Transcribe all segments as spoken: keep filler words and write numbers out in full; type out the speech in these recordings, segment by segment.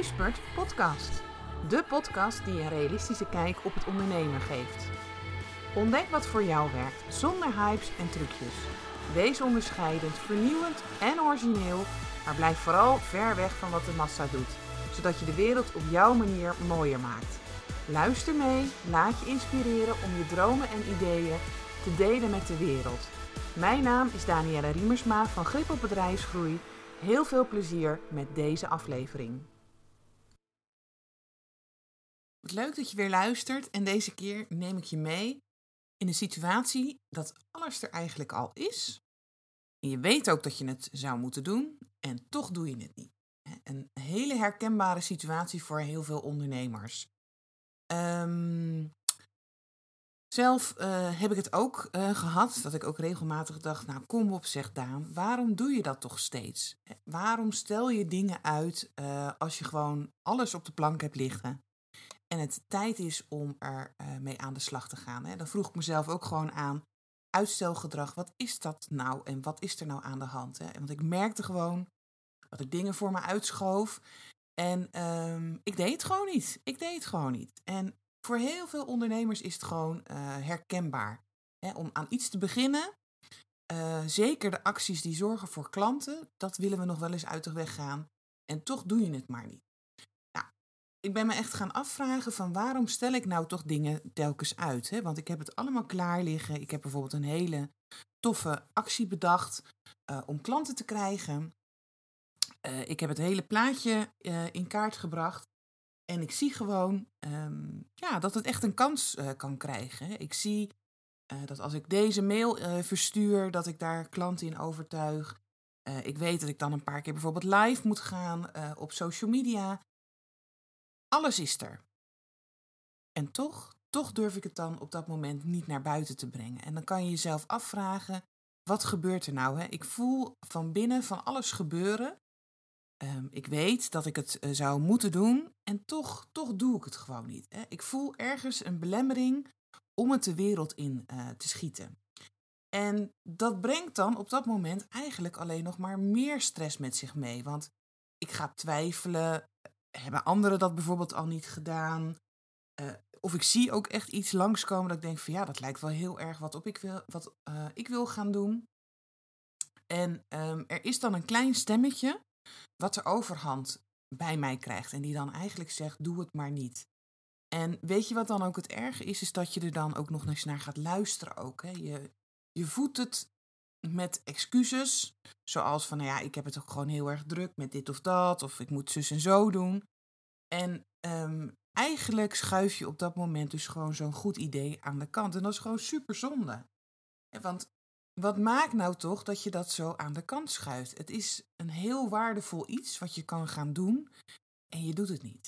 Nuuspert podcast. De podcast die een realistische kijk op het ondernemen geeft. Ontdek wat voor jou werkt, zonder hypes en trucjes. Wees onderscheidend, vernieuwend en origineel, maar blijf vooral ver weg van wat de massa doet, zodat je de wereld op jouw manier mooier maakt. Luister mee, laat je inspireren om je dromen en ideeën te delen met de wereld. Mijn naam is Danielle Riemersma van Grip op Bedrijfsgroei. Heel veel plezier met deze aflevering. Wat leuk dat je weer luistert en deze keer neem ik je mee in een situatie dat alles er eigenlijk al is. En je weet ook dat je het zou moeten doen en toch doe je het niet. Een hele herkenbare situatie voor heel veel ondernemers. Um, zelf uh, heb ik het ook uh, gehad, dat ik ook regelmatig dacht, nou kom op zeg Daan, waarom doe je dat toch steeds? Waarom stel je dingen uit uh, als je gewoon alles op de plank hebt liggen en het tijd is om er uh, mee aan de slag te gaan? Hè? Dan vroeg ik mezelf ook gewoon aan, uitstelgedrag, wat is dat nou en wat is er nou aan de hand? Hè? Want ik merkte gewoon dat ik dingen voor me uitschoof en um, ik deed het gewoon niet. Ik deed het gewoon niet. En voor heel veel ondernemers is het gewoon uh, herkenbaar. Hè, om aan iets te beginnen, uh, zeker de acties die zorgen voor klanten, dat willen we nog wel eens uit de weg gaan. En toch doe je het maar niet. Nou, ik ben me echt gaan afvragen van waarom stel ik nou toch dingen telkens uit? Hè? Want ik heb het allemaal klaar liggen. Ik heb bijvoorbeeld een hele toffe actie bedacht uh, om klanten te krijgen. Uh, ik heb het hele plaatje uh, in kaart gebracht. En ik zie gewoon um, ja, dat het echt een kans uh, kan krijgen. Hè. Ik zie uh, dat als ik deze mail uh, verstuur, dat ik daar klanten in overtuig. Uh, ik weet dat ik dan een paar keer bijvoorbeeld live moet gaan uh, op social media. Alles is er. En toch, toch durf ik het dan op dat moment niet naar buiten te brengen. En dan kan je jezelf afvragen, wat gebeurt er nou? Hè? Ik voel van binnen van alles gebeuren. Um, ik weet dat ik het uh, zou moeten doen en toch, toch doe ik het gewoon niet. Hè. Ik voel ergens een belemmering om het de wereld in uh, te schieten. En dat brengt dan op dat moment eigenlijk alleen nog maar meer stress met zich mee. Want ik ga twijfelen, hebben anderen dat bijvoorbeeld al niet gedaan? Uh, of ik zie ook echt iets langskomen dat ik denk van ja, dat lijkt wel heel erg wat, op ik, wil, wat uh, ik wil gaan doen. En um, er is dan een klein stemmetje wat de overhand bij mij krijgt. En die dan eigenlijk zegt, doe het maar niet. En weet je wat dan ook het erge is? Is dat je er dan ook nog eens naar gaat luisteren ook. Hè? Je, je voedt het met excuses. Zoals van, nou ja, ik heb het ook gewoon heel erg druk met dit of dat. Of ik moet zus en zo doen. En um, eigenlijk schuif je op dat moment dus gewoon zo'n goed idee aan de kant. En dat is gewoon super zonde. Want wat maakt nou toch dat je dat zo aan de kant schuift? Het is een heel waardevol iets wat je kan gaan doen en je doet het niet.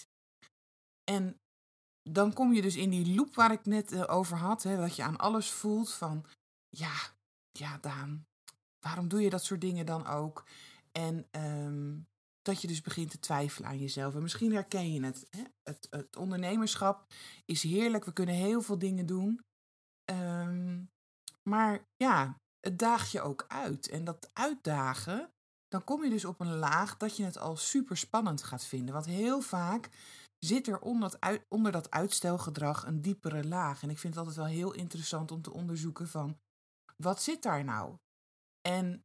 En dan kom je dus in die loop waar ik net uh, over had, hè, dat je aan alles voelt van, ja, ja Daan, waarom doe je dat soort dingen dan ook? En um, dat je dus begint te twijfelen aan jezelf. En misschien herken je het, hè? Het, het ondernemerschap is heerlijk, we kunnen heel veel dingen doen. Um, maar ja, het daagt je ook uit. En dat uitdagen, dan kom je dus op een laag dat je het al super spannend gaat vinden. Want heel vaak zit er onder dat, uit, onder dat uitstelgedrag een diepere laag. En ik vind het altijd wel heel interessant om te onderzoeken van, wat zit daar nou? En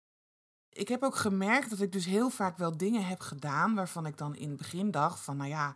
ik heb ook gemerkt dat ik dus heel vaak wel dingen heb gedaan waarvan ik dan in het begin dacht van, nou ja,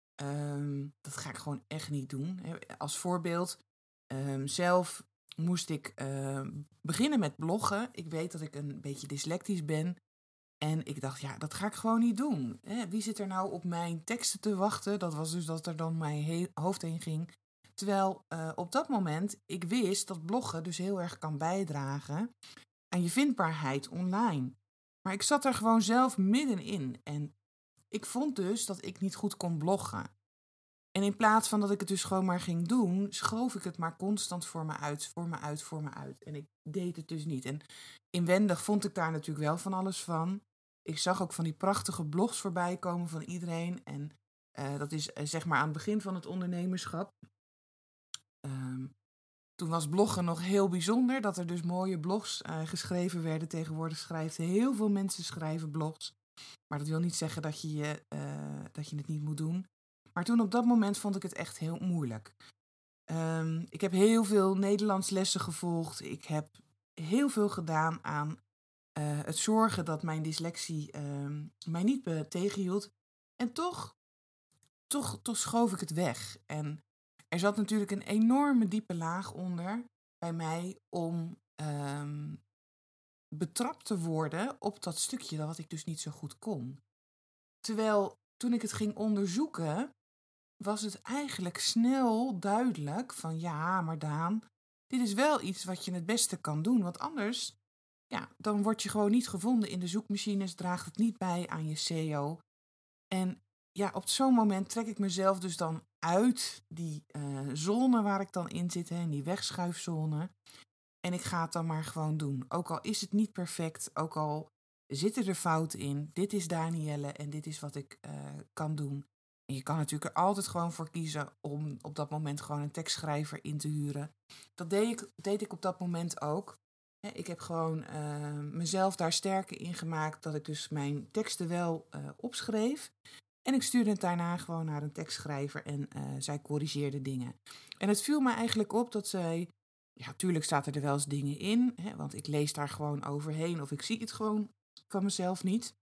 um, dat ga ik gewoon echt niet doen. Als voorbeeld, um, zelf moest ik uh, beginnen met bloggen. Ik weet dat ik een beetje dyslectisch ben. En ik dacht, ja, dat ga ik gewoon niet doen. Hè? Wie zit er nou op mijn teksten te wachten? Dat was dus dat er dan mijn he- hoofd heen ging. Terwijl uh, op dat moment ik wist dat bloggen dus heel erg kan bijdragen aan je vindbaarheid online. Maar ik zat er gewoon zelf middenin. En ik vond dus dat ik niet goed kon bloggen. En in plaats van dat ik het dus gewoon maar ging doen, schoof ik het maar constant voor me uit, voor me uit, voor me uit. En ik deed het dus niet. En inwendig vond ik daar natuurlijk wel van alles van. Ik zag ook van die prachtige blogs voorbij komen van iedereen. En uh, dat is uh, zeg maar aan het begin van het ondernemerschap. Um, toen was bloggen nog heel bijzonder, dat er dus mooie blogs uh, geschreven werden. Tegenwoordig schrijven heel veel mensen schrijven blogs. Maar dat wil niet zeggen dat je, je, uh, dat je het niet moet doen. Maar toen op dat moment vond ik het echt heel moeilijk. Um, ik heb heel veel Nederlands lessen gevolgd. Ik heb heel veel gedaan aan uh, het zorgen dat mijn dyslexie uh, mij niet uh, tegenhield. En toch, toch, toch schoof ik het weg. En er zat natuurlijk een enorme diepe laag onder bij mij om um, betrapt te worden op dat stukje wat ik dus niet zo goed kon. Terwijl toen ik het ging onderzoeken, was het eigenlijk snel duidelijk van ja, maar Daan, dit is wel iets wat je het beste kan doen. Want anders, ja, dan word je gewoon niet gevonden in de zoekmachines, draagt het niet bij aan je S E O. En ja, op zo'n moment trek ik mezelf dus dan uit die uh, zone waar ik dan in zit, hè, in die wegschuifzone. En ik ga het dan maar gewoon doen. Ook al is het niet perfect, ook al zitten er fouten in. Dit is Danielle en dit is wat ik uh, kan doen. En je kan natuurlijk er altijd gewoon voor kiezen om op dat moment gewoon een tekstschrijver in te huren. Dat deed ik, deed ik op dat moment ook. Ik heb gewoon uh, mezelf daar sterker in gemaakt dat ik dus mijn teksten wel uh, opschreef. En ik stuurde het daarna gewoon naar een tekstschrijver en uh, zij corrigeerde dingen. En het viel me eigenlijk op dat zij... Ja, tuurlijk staat er wel eens dingen in, hè, want ik lees daar gewoon overheen of ik zie het gewoon van mezelf niet.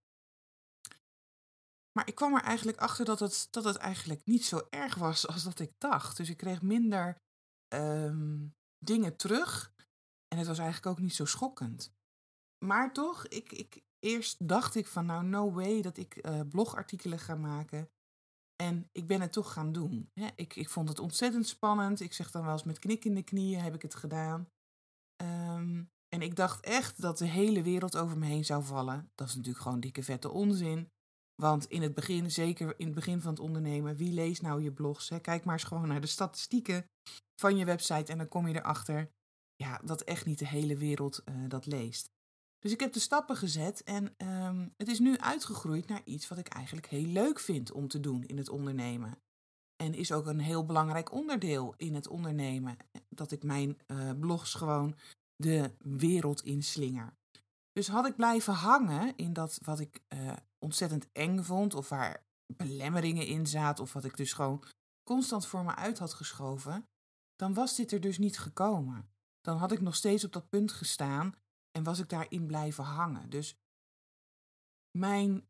Maar ik kwam er eigenlijk achter dat het, dat het eigenlijk niet zo erg was als dat ik dacht. Dus ik kreeg minder um, dingen terug en het was eigenlijk ook niet zo schokkend. Maar toch, ik, ik, eerst dacht ik van nou no way dat ik uh, blogartikelen ga maken. En ik ben het toch gaan doen. Hè. Ik, ik vond het ontzettend spannend. Ik zeg dan wel eens met knik in de knieën heb ik het gedaan. Um, en ik dacht echt dat de hele wereld over me heen zou vallen. Dat is natuurlijk gewoon dikke vette onzin. Want in het begin, zeker in het begin van het ondernemen, wie leest nou je blogs? Hè? Kijk maar eens gewoon naar de statistieken van je website en dan kom je erachter ja, dat echt niet de hele wereld uh, dat leest. Dus ik heb de stappen gezet en um, het is nu uitgegroeid naar iets wat ik eigenlijk heel leuk vind om te doen in het ondernemen. En is ook een heel belangrijk onderdeel in het ondernemen. Dat ik mijn uh, blogs gewoon de wereld inslinger. Dus had ik blijven hangen in dat wat ik uh, ontzettend eng vond. Of waar belemmeringen in zaten. Of wat ik dus gewoon constant voor me uit had geschoven. Dan was dit er dus niet gekomen. Dan had ik nog steeds op dat punt gestaan. En was ik daarin blijven hangen. Dus mijn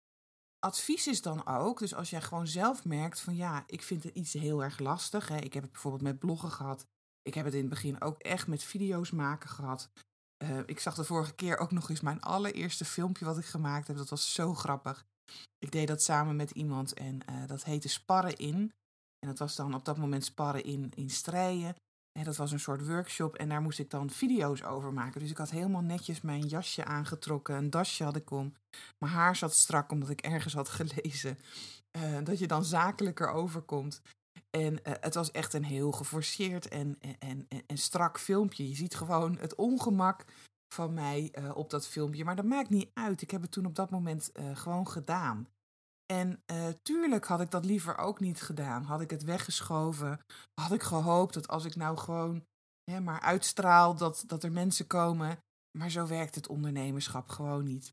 advies is dan ook, dus als jij gewoon zelf merkt van ja, ik vind het iets heel erg lastig. Hè. Ik heb het bijvoorbeeld met bloggen gehad. Ik heb het in het begin ook echt met video's maken gehad. Uh, ik zag de vorige keer ook nog eens mijn allereerste filmpje wat ik gemaakt heb. Dat was zo grappig. Ik deed dat samen met iemand en uh, dat heette Sparren in. En dat was dan op dat moment sparren in, in strijden. En dat was een soort workshop en daar moest ik dan video's over maken. Dus ik had helemaal netjes mijn jasje aangetrokken. Een dasje had ik om. Mijn haar zat strak omdat ik ergens had gelezen. Uh, dat je dan zakelijker overkomt. En uh, het was echt een heel geforceerd en, en, en, en strak filmpje. Je ziet gewoon het ongemak van mij uh, op dat filmpje. Maar dat maakt niet uit. Ik heb het toen op dat moment uh, gewoon gedaan. En uh, tuurlijk had ik dat liever ook niet gedaan. Had ik het weggeschoven. Had ik gehoopt dat als ik nou gewoon hè, maar uitstraal dat, dat er mensen komen. Maar zo werkt het ondernemerschap gewoon niet.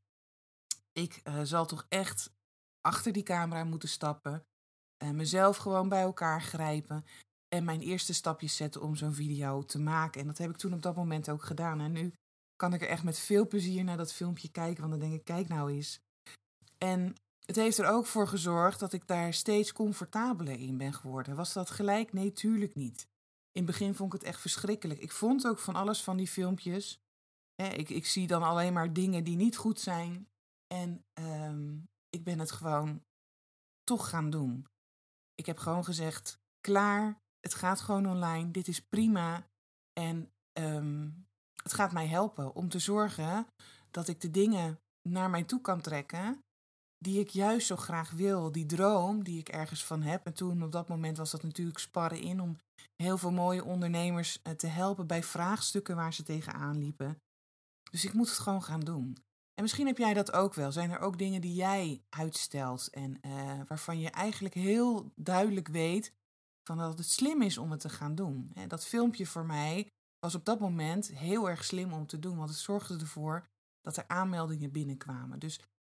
Ik uh, zal toch echt achter die camera moeten stappen. Uh, mezelf gewoon bij elkaar grijpen. En mijn eerste stapjes zetten om zo'n video te maken. En dat heb ik toen op dat moment ook gedaan. En nu kan ik er echt met veel plezier naar dat filmpje kijken. Want dan denk ik, kijk nou eens. En het heeft er ook voor gezorgd dat ik daar steeds comfortabeler in ben geworden. Was dat gelijk? Nee, tuurlijk niet. In het begin vond ik het echt verschrikkelijk. Ik vond ook van alles van die filmpjes. Hè, ik, ik zie dan alleen maar dingen die niet goed zijn. En um, ik ben het gewoon toch gaan doen. Ik heb gewoon gezegd, klaar, het gaat gewoon online, dit is prima. En um, het gaat mij helpen om te zorgen dat ik de dingen naar mij toe kan trekken die ik juist zo graag wil. Die droom die ik ergens van heb. En toen op dat moment was dat natuurlijk sparren in om heel veel mooie ondernemers te helpen bij vraagstukken waar ze tegenaan liepen. Dus ik moet het gewoon gaan doen. En misschien heb jij dat ook wel. Zijn er ook dingen die jij uitstelt en uh, waarvan je eigenlijk heel duidelijk weet van dat het slim is om het te gaan doen. Hè, dat filmpje voor mij was op dat moment heel erg slim om te doen, want het zorgde ervoor dat er aanmeldingen binnenkwamen. Dus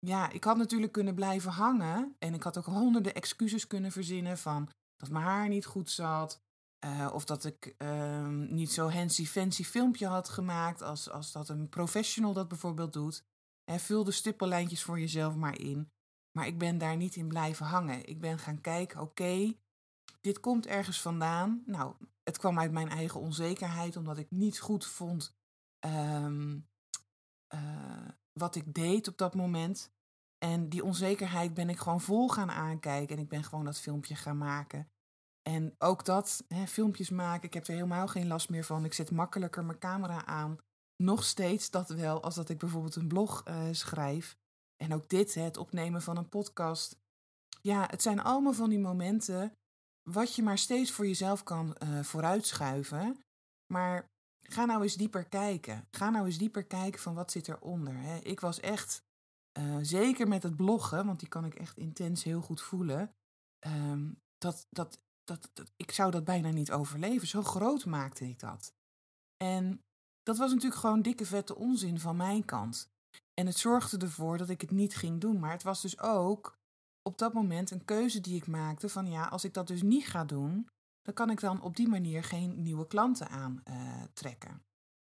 ja, ik had natuurlijk kunnen blijven hangen. En ik had ook honderden excuses kunnen verzinnen van dat mijn haar niet goed zat. eh, of dat ik ehm, niet zo fancy-fancy filmpje had gemaakt als, als dat een professional dat bijvoorbeeld doet. En vul de stippellijntjes voor jezelf maar in. Maar ik ben daar niet in blijven hangen. Ik ben gaan kijken, oké, dit komt ergens vandaan. Nou, het kwam uit mijn eigen onzekerheid, omdat ik niet goed vond ehm, eh, wat ik deed op dat moment. En die onzekerheid ben ik gewoon vol gaan aankijken. En ik ben gewoon dat filmpje gaan maken. En ook dat, hè, filmpjes maken, ik heb er helemaal geen last meer van. Ik zet makkelijker mijn camera aan. Nog steeds dat wel, als dat ik bijvoorbeeld een blog eh, schrijf. En ook dit, hè, het opnemen van een podcast. Ja, het zijn allemaal van die momenten wat je maar steeds voor jezelf kan eh, vooruitschuiven. Maar ga nou eens dieper kijken. Ga nou eens dieper kijken van wat zit eronder. Hè. Ik was echt, eh, zeker met het bloggen, want die kan ik echt intens heel goed voelen. ehm, dat, dat, dat, dat, ik zou dat bijna niet overleven. Zo groot maakte ik dat. En dat was natuurlijk gewoon dikke vette onzin van mijn kant. En het zorgde ervoor dat ik het niet ging doen. Maar het was dus ook op dat moment een keuze die ik maakte van ja, als ik dat dus niet ga doen, dan kan ik dan op die manier geen nieuwe klanten aantrekken.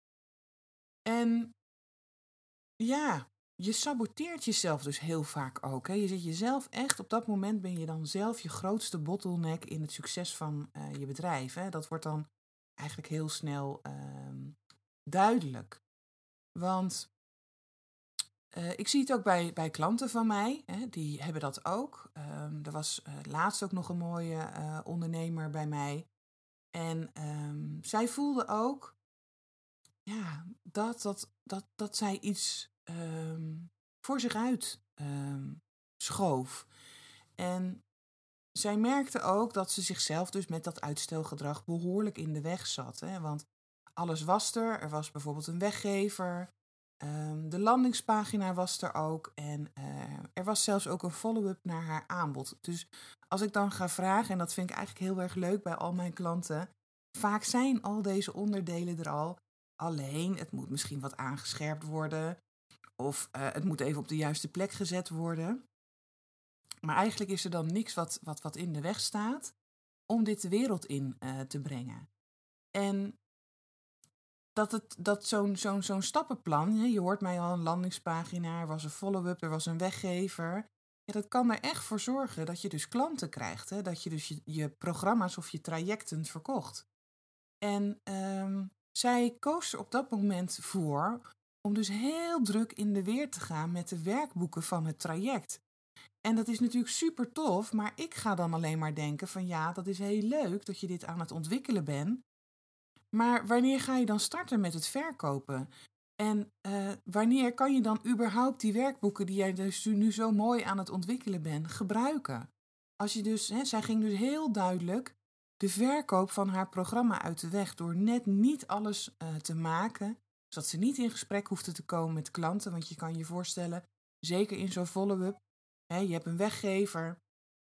En ja, je saboteert jezelf dus heel vaak ook. Hè? Je zit jezelf echt, op dat moment ben je dan zelf je grootste bottleneck in het succes van eh, je bedrijf. Hè? Dat wordt dan eigenlijk heel snel ehm, duidelijk. Want eh, ik zie het ook bij, bij klanten van mij, hè, die hebben dat ook. Ehm, er was eh, laatst ook nog een mooie eh, ondernemer bij mij. En ehm, zij voelde ook ja, dat, dat, dat, dat zij iets ehm, voor zich uit ehm, schoof. En zij merkte ook dat ze zichzelf dus met dat uitstelgedrag behoorlijk in de weg zat. Hè? Want alles was er. Er was bijvoorbeeld een weggever. Ehm, de landingspagina was er ook. En eh, er was zelfs ook een follow-up naar haar aanbod. Dus als ik dan ga vragen, en dat vind ik eigenlijk heel erg leuk bij al mijn klanten. Vaak zijn al deze onderdelen er al. Alleen, het moet misschien wat aangescherpt worden. Of eh, het moet even op de juiste plek gezet worden. Maar eigenlijk is er dan niks wat, wat, wat in de weg staat om dit de wereld in uh, te brengen. En dat, het, dat zo'n, zo'n, zo'n stappenplan, je hoort mij al, een landingspagina, er was een follow-up, er was een weggever. Ja, dat kan er echt voor zorgen dat je dus klanten krijgt. Hè? Dat je dus je, je programma's of je trajecten verkocht. En um, zij koos er op dat moment voor om dus heel druk in de weer te gaan met de werkboeken van het traject. En dat is natuurlijk super tof, maar ik ga dan alleen maar denken van ja, dat is heel leuk dat je dit aan het ontwikkelen bent. Maar wanneer ga je dan starten met het verkopen? En uh, wanneer kan je dan überhaupt die werkboeken die jij dus nu zo mooi aan het ontwikkelen bent, gebruiken? Als je dus, hè, zij ging dus heel duidelijk de verkoop van haar programma uit de weg door net niet alles uh, te maken, zodat ze niet in gesprek hoefde te komen met klanten. Want je kan je voorstellen, zeker in zo'n follow-up, hè, je hebt een weggever.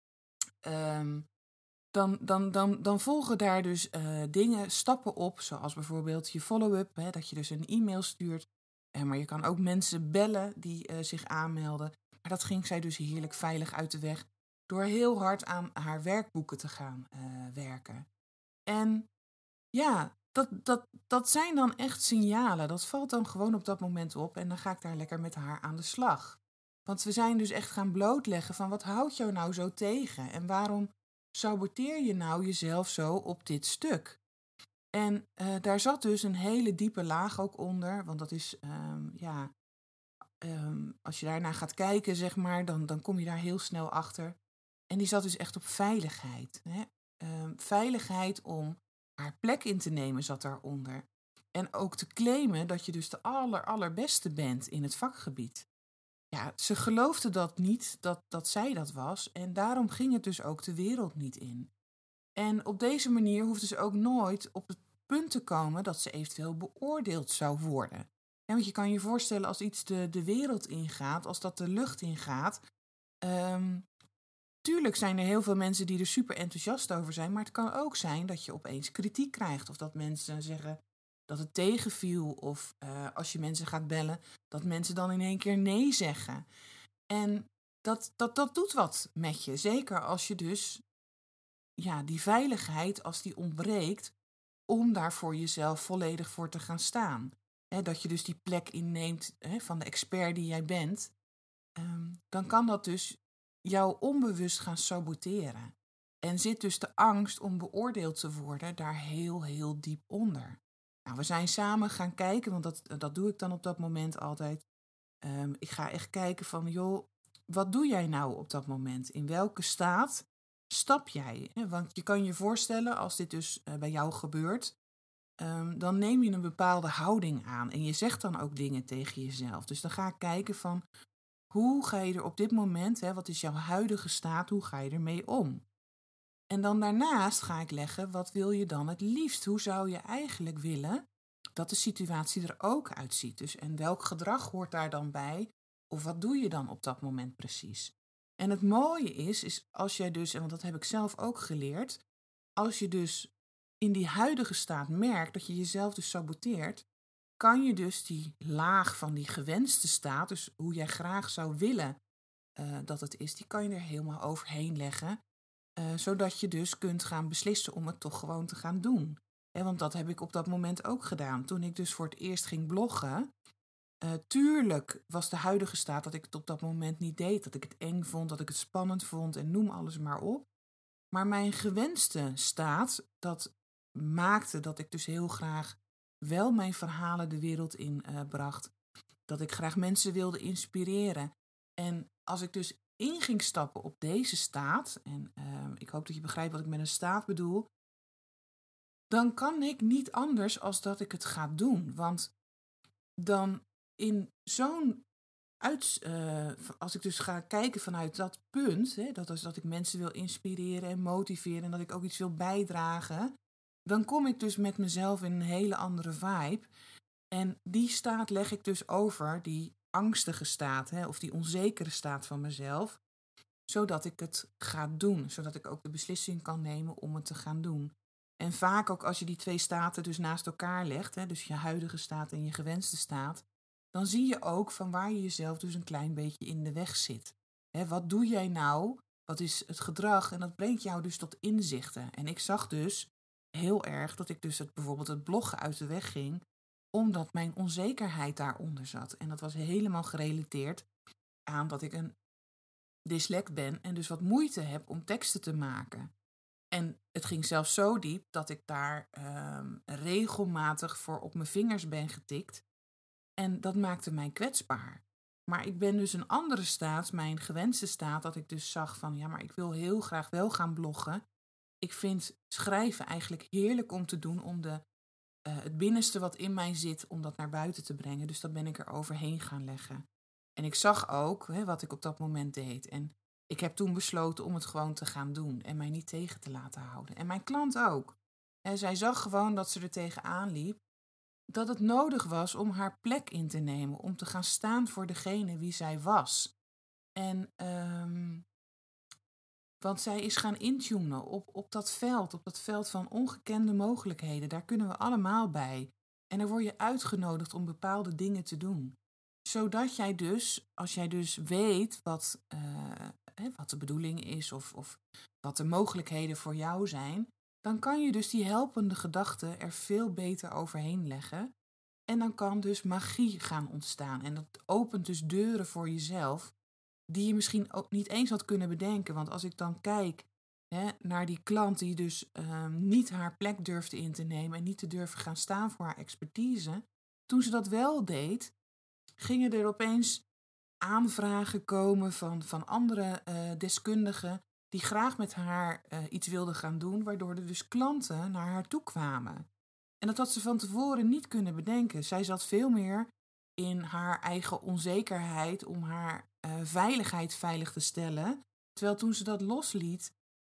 Um, dan, dan, dan, dan volgen daar dus uh, dingen, stappen op, zoals bijvoorbeeld je follow-up, hè, dat je dus een e-mail stuurt. Uh, maar je kan ook mensen bellen die uh, zich aanmelden. Maar dat ging zij dus heerlijk veilig uit de weg door heel hard aan haar werkboeken te gaan uh, werken. En ja, dat, dat, dat zijn dan echt signalen. Dat valt dan gewoon op dat moment op en dan ga ik daar lekker met haar aan de slag. Want we zijn dus echt gaan blootleggen van wat houdt jou nou zo tegen en waarom saboteer je nou jezelf zo op dit stuk? En uh, daar zat dus een hele diepe laag ook onder, want dat is, um, ja, um, als je daarna gaat kijken, zeg maar, dan, dan kom je daar heel snel achter. En die zat dus echt op veiligheid. Hè? Um, veiligheid om haar plek in te nemen zat daaronder. En ook te claimen dat je dus de aller, allerbeste bent in het vakgebied. Ja, ze geloofde dat niet, dat, dat zij dat was. En daarom ging het dus ook de wereld niet in. En op deze manier hoefde ze ook nooit op het punt te komen dat ze eventueel beoordeeld zou worden. En want je kan je voorstellen als iets de, de wereld ingaat, als dat de lucht ingaat. Um, tuurlijk zijn er heel veel mensen die er super enthousiast over zijn. Maar het kan ook zijn dat je opeens kritiek krijgt. Of dat mensen zeggen dat het tegenviel. Of uh, als je mensen gaat bellen, dat mensen dan in één keer nee zeggen. En dat, dat, dat doet wat met je. Zeker als je dus ja, die veiligheid, als die ontbreekt, om daar voor jezelf volledig voor te gaan staan. He, dat je dus die plek inneemt he, van de expert die jij bent. Um, dan kan dat dus jou onbewust gaan saboteren. En zit dus de angst om beoordeeld te worden daar heel, heel diep onder. Nou, we zijn samen gaan kijken, want dat, dat doe ik dan op dat moment altijd. Um, ik ga echt kijken van, joh, wat doe jij nou op dat moment? In welke staat stap jij? Want je kan je voorstellen, als dit dus uh, bij jou gebeurt, um, dan neem je een bepaalde houding aan. En je zegt dan ook dingen tegen jezelf. Dus dan ga ik kijken van, hoe ga je er op dit moment, hè, wat is jouw huidige staat, hoe ga je ermee om? En dan daarnaast ga ik leggen, wat wil je dan het liefst? Hoe zou je eigenlijk willen dat de situatie er ook uitziet? Dus en welk gedrag hoort daar dan bij? Of wat doe je dan op dat moment precies? En het mooie is, is als jij dus, en want dat heb ik zelf ook geleerd, als je dus in die huidige staat merkt dat je jezelf dus saboteert, kan je dus die laag van die gewenste staat, dus hoe jij graag zou willen uh, dat het is, die kan je er helemaal overheen leggen. Uh, zodat je dus kunt gaan beslissen om het toch gewoon te gaan doen. He, want dat heb ik op dat moment ook gedaan. Toen ik dus voor het eerst ging bloggen. Uh, tuurlijk was de huidige staat dat ik het op dat moment niet deed. Dat ik het eng vond, dat ik het spannend vond en noem alles maar op. Maar mijn gewenste staat, dat maakte dat ik dus heel graag wel mijn verhalen de wereld in uh, bracht. Dat ik graag mensen wilde inspireren. En als ik dus in ging stappen op deze staat, en uh, ik hoop dat je begrijpt wat ik met een staat bedoel, dan kan ik niet anders als dat ik het ga doen. Want dan in zo'n uit, uh, als ik dus ga kijken vanuit dat punt, hè, dat is dat ik mensen wil inspireren en motiveren en dat ik ook iets wil bijdragen, dan kom ik dus met mezelf in een hele andere vibe. En die staat leg ik dus over, die angstige staat, hè, of die onzekere staat van mezelf, zodat ik het ga doen, zodat ik ook de beslissing kan nemen om het te gaan doen. En vaak ook als je die twee staten dus naast elkaar legt, hè, dus je huidige staat en je gewenste staat, dan zie je ook van waar je jezelf dus een klein beetje in de weg zit. Hè, wat doe jij nou? Wat is het gedrag? En dat brengt jou dus tot inzichten. En ik zag dus heel erg dat ik dus het, bijvoorbeeld het bloggen uit de weg ging, omdat mijn onzekerheid daaronder zat. En dat was helemaal gerelateerd aan dat ik een dyslect ben en dus wat moeite heb om teksten te maken. En het ging zelfs zo diep dat ik daar um, regelmatig voor op mijn vingers ben getikt. En dat maakte mij kwetsbaar. Maar ik ben dus een andere staat, mijn gewenste staat, dat ik dus zag van, ja, maar ik wil heel graag wel gaan bloggen. Ik vind schrijven eigenlijk heerlijk om te doen, om de, uh, het binnenste wat in mij zit, om dat naar buiten te brengen. Dus dat ben ik er overheen gaan leggen. En ik zag ook hè, wat ik op dat moment deed. En ik heb toen besloten om het gewoon te gaan doen en mij niet tegen te laten houden. En mijn klant ook. En zij zag gewoon dat ze er tegenaan liep, dat het nodig was om haar plek in te nemen, om te gaan staan voor degene wie zij was. En, um, want zij is gaan intunen op, op dat veld, op dat veld van ongekende mogelijkheden. Daar kunnen we allemaal bij. En dan word je uitgenodigd om bepaalde dingen te doen. Zodat jij dus, als jij dus weet wat, uh, hè, wat de bedoeling is of, of wat de mogelijkheden voor jou zijn, dan kan je dus die helpende gedachten er veel beter overheen leggen. En dan kan dus magie gaan ontstaan. En dat opent dus deuren voor jezelf die je misschien ook niet eens had kunnen bedenken. Want als ik dan kijk hè, naar die klant die dus uh, niet haar plek durfde in te nemen en niet te durven gaan staan voor haar expertise, toen ze dat wel deed, gingen er opeens aanvragen komen van, van andere uh, deskundigen die graag met haar uh, iets wilden gaan doen, waardoor er dus klanten naar haar toe kwamen. En dat had ze van tevoren niet kunnen bedenken. Zij zat veel meer in haar eigen onzekerheid om haar uh, veiligheid veilig te stellen. Terwijl toen ze dat losliet,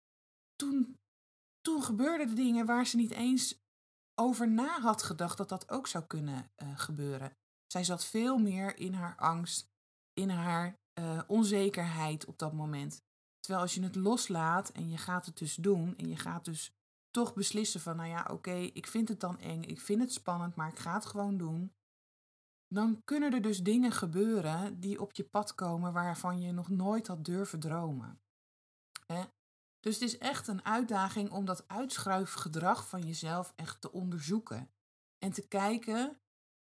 toen, toen gebeurden de dingen waar ze niet eens over na had gedacht dat dat ook zou kunnen uh, gebeuren. Zij zat veel meer in haar angst, in haar uh, onzekerheid op dat moment. Terwijl als je het loslaat en je gaat het dus doen en je gaat dus toch beslissen van, nou ja, oké, okay, ik vind het dan eng, ik vind het spannend, maar ik ga het gewoon doen. dan kunnen er dus dingen gebeuren die op je pad komen waarvan je nog nooit had durven dromen. Hè? Dus het is echt een uitdaging om dat uitschuifgedrag van jezelf echt te onderzoeken. En te kijken,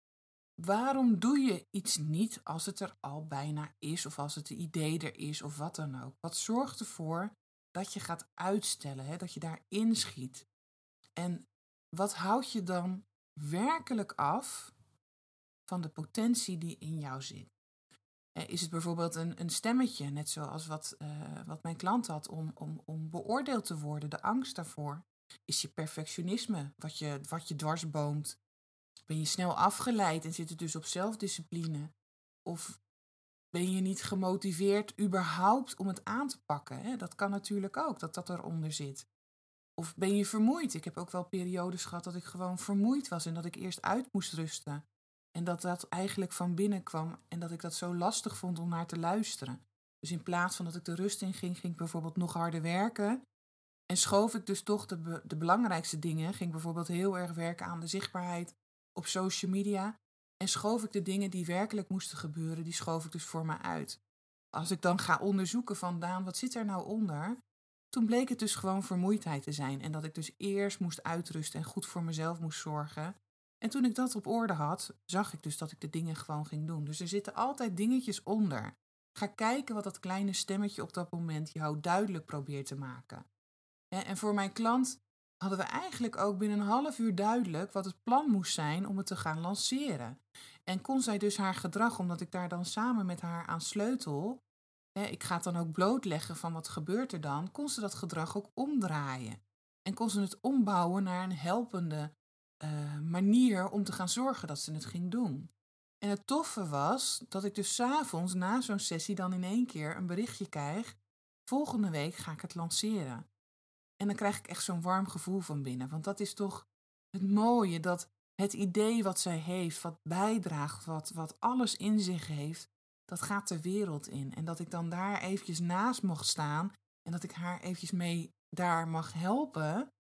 waarom doe je iets niet als het er al bijna is, of als het idee er is, of wat dan ook? Wat zorgt ervoor dat je gaat uitstellen, hè? Dat je daar inschiet? En wat houdt je dan werkelijk af van de potentie die in jou zit? Eh, Is het bijvoorbeeld een, een stemmetje, net zoals wat, eh, wat mijn klant had, om, om, om beoordeeld te worden, de angst daarvoor? Is je perfectionisme wat je, wat je dwarsboomt? Ben je snel afgeleid en zit het dus op zelfdiscipline? Of ben je niet gemotiveerd überhaupt om het aan te pakken? Hè? Dat kan natuurlijk ook, dat dat eronder zit. Of ben je vermoeid? Ik heb ook wel periodes gehad dat ik gewoon vermoeid was en dat ik eerst uit moest rusten. En dat dat eigenlijk van binnen kwam en dat ik dat zo lastig vond om naar te luisteren. Dus in plaats van dat ik de rust in ging, ging ik bijvoorbeeld nog harder werken. En schoof ik dus toch de, be- de belangrijkste dingen. Ging bijvoorbeeld heel erg werken aan de zichtbaarheid op social media. En schoof ik de dingen die werkelijk moesten gebeuren, die schoof ik dus voor me uit. Als ik dan ga onderzoeken van Daan, wat zit er nou onder? Toen bleek het dus gewoon vermoeidheid te zijn. En dat ik dus eerst moest uitrusten en goed voor mezelf moest zorgen. En toen ik dat op orde had, zag ik dus dat ik de dingen gewoon ging doen. Dus er zitten altijd dingetjes onder. Ga kijken wat dat kleine stemmetje op dat moment jou duidelijk probeert te maken. En voor mijn klant hadden we eigenlijk ook binnen een half uur duidelijk wat het plan moest zijn om het te gaan lanceren. En kon zij dus haar gedrag, omdat ik daar dan samen met haar aan sleutel, hè, ik ga het dan ook blootleggen van wat gebeurt er dan, kon ze dat gedrag ook omdraaien. En kon ze het ombouwen naar een helpende eh, manier om te gaan zorgen dat ze het ging doen. En het toffe was dat ik dus 's avonds na zo'n sessie dan in één keer een berichtje krijg: volgende week ga ik het lanceren. En dan krijg ik echt zo'n warm gevoel van binnen. Want dat is toch het mooie, dat het idee wat zij heeft, wat bijdraagt, wat, wat alles in zich heeft, dat gaat de wereld in. En dat ik dan daar eventjes naast mocht staan en dat ik haar eventjes mee daar mag helpen,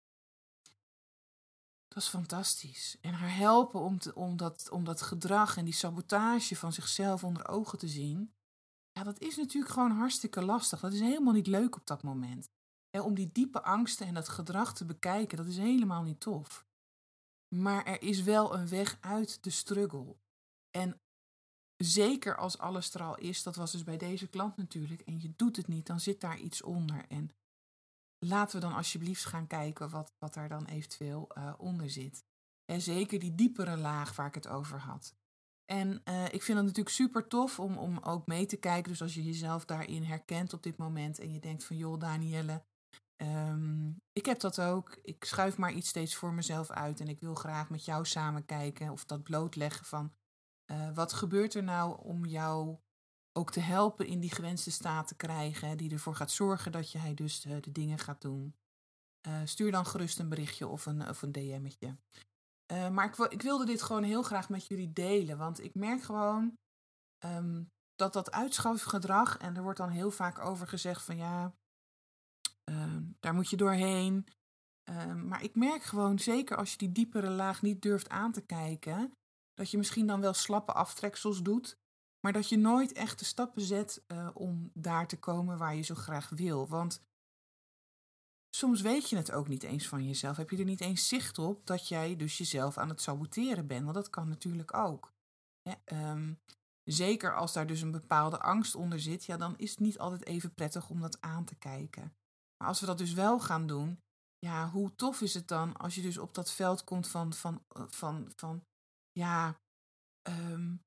dat is fantastisch. En haar helpen om, te, om, dat, om dat gedrag en die sabotage van zichzelf onder ogen te zien, ja, dat is natuurlijk gewoon hartstikke lastig. Dat is helemaal niet leuk op dat moment. En om die diepe angsten en dat gedrag te bekijken, dat is helemaal niet tof. Maar er is wel een weg uit de struggle. En zeker als alles er al is, dat was dus bij deze klant natuurlijk, en je doet het niet, dan zit daar iets onder. En laten we dan alsjeblieft gaan kijken wat, wat daar dan eventueel uh, onder zit. En zeker die diepere laag waar ik het over had. En uh, ik vind het natuurlijk super tof om, om ook mee te kijken. Dus als je jezelf daarin herkent op dit moment en je denkt van joh, Danielle, um, ik heb dat ook. Ik schuif maar iets steeds voor mezelf uit en ik wil graag met jou samen kijken of dat blootleggen van uh, wat gebeurt er nou om jou ook te helpen in die gewenste staat te krijgen, die ervoor gaat zorgen dat jij dus de, de dingen gaat doen. Uh, stuur dan gerust een berichtje of een, of een D M'tje. Uh, maar ik, ik wilde dit gewoon heel graag met jullie delen. Want ik merk gewoon um, dat dat uitschuifgedrag, en er wordt dan heel vaak over gezegd van ja, uh, daar moet je doorheen. Uh, maar ik merk gewoon, zeker als je die diepere laag niet durft aan te kijken, dat je misschien dan wel slappe aftreksels doet, maar dat je nooit echt de stappen zet uh, om daar te komen waar je zo graag wil. Want soms weet je het ook niet eens van jezelf. Heb je er niet eens zicht op dat jij dus jezelf aan het saboteren bent? Want dat kan natuurlijk ook. Hè? Um, zeker als daar dus een bepaalde angst onder zit, ja, dan is het niet altijd even prettig om dat aan te kijken. Maar als we dat dus wel gaan doen, ja, hoe tof is het dan als je dus op dat veld komt van, van, van, van ja, um,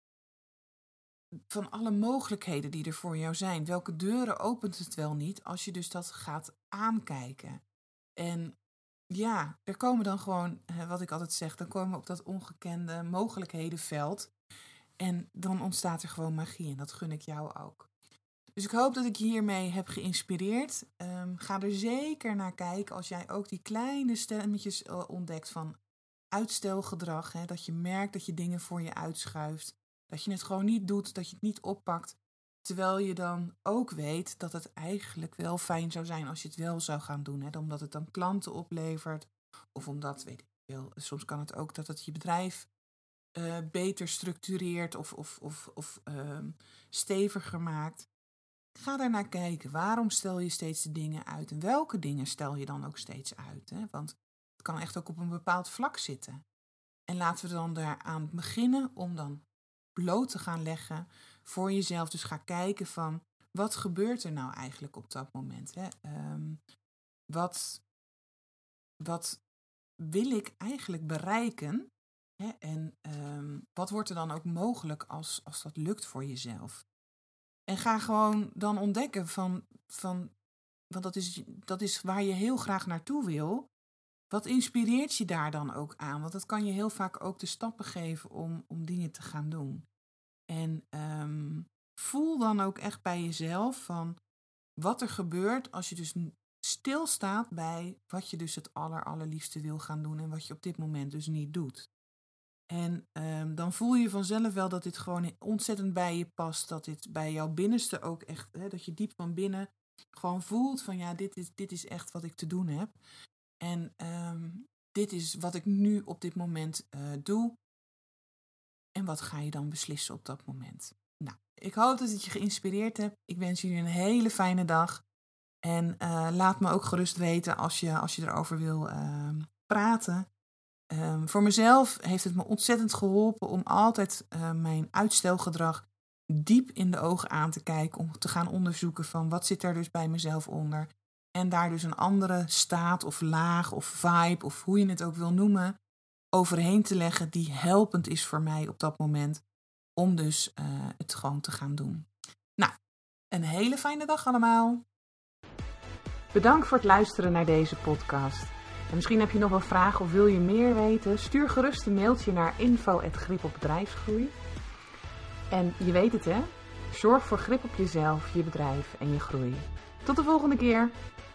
van alle mogelijkheden die er voor jou zijn. Welke deuren opent het wel niet als je dus dat gaat aankijken? En ja, er komen dan gewoon, wat ik altijd zeg, dan komen we op dat ongekende mogelijkhedenveld. En dan ontstaat er gewoon magie en dat gun ik jou ook. Dus ik hoop dat ik je hiermee heb geïnspireerd. Um, ga er zeker naar kijken als jij ook die kleine stemmetjes uh, ontdekt van uitstelgedrag. Hè, dat je merkt dat je dingen voor je uitschuift. Dat je het gewoon niet doet, dat je het niet oppakt. Terwijl je dan ook weet dat het eigenlijk wel fijn zou zijn als je het wel zou gaan doen. Hè, omdat het dan klanten oplevert. Of omdat, weet ik veel, soms kan het ook dat het je bedrijf uh, beter structureert of, of, of, of uh, steviger maakt. Ga daarnaar kijken. Waarom stel je steeds de dingen uit? En welke dingen stel je dan ook steeds uit? Hè? Want het kan echt ook op een bepaald vlak zitten. En laten we dan daaraan beginnen om dan bloot te gaan leggen voor jezelf. Dus ga kijken van, wat gebeurt er nou eigenlijk op dat moment? Hè? Um, wat, wat wil ik eigenlijk bereiken? Hè? En um, wat wordt er dan ook mogelijk als, als dat lukt voor jezelf? En ga gewoon dan ontdekken van, van want dat is, dat is waar je heel graag naartoe wil. Wat inspireert je daar dan ook aan? Want dat kan je heel vaak ook de stappen geven om, om dingen te gaan doen. En um, voel dan ook echt bij jezelf van wat er gebeurt als je dus stilstaat bij wat je dus het aller, allerliefste wil gaan doen en wat je op dit moment dus niet doet. En um, dan voel je vanzelf wel dat dit gewoon ontzettend bij je past. Dat dit bij jouw binnenste ook echt, hè, dat je diep van binnen gewoon voelt van ja, dit is, dit is echt wat ik te doen heb. En um, dit is wat ik nu op dit moment uh, doe. En wat ga je dan beslissen op dat moment? Nou, ik hoop dat het je geïnspireerd hebt. Ik wens jullie een hele fijne dag. En uh, laat me ook gerust weten als je, als je erover wil uh, praten. Um, voor mezelf heeft het me ontzettend geholpen om altijd uh, mijn uitstelgedrag diep in de ogen aan te kijken. Om te gaan onderzoeken van wat zit er dus bij mezelf onder. En daar dus een andere staat of laag of vibe of hoe je het ook wil noemen overheen te leggen die helpend is voor mij op dat moment om dus uh, het gewoon te gaan doen. Nou, een hele fijne dag allemaal. Bedankt voor het luisteren naar deze podcast. En misschien heb je nog wel vragen of wil je meer weten? Stuur gerust een mailtje naar info at grip op bedrijfsgroei. En je weet het hè, zorg voor grip op jezelf, je bedrijf en je groei. Tot de volgende keer.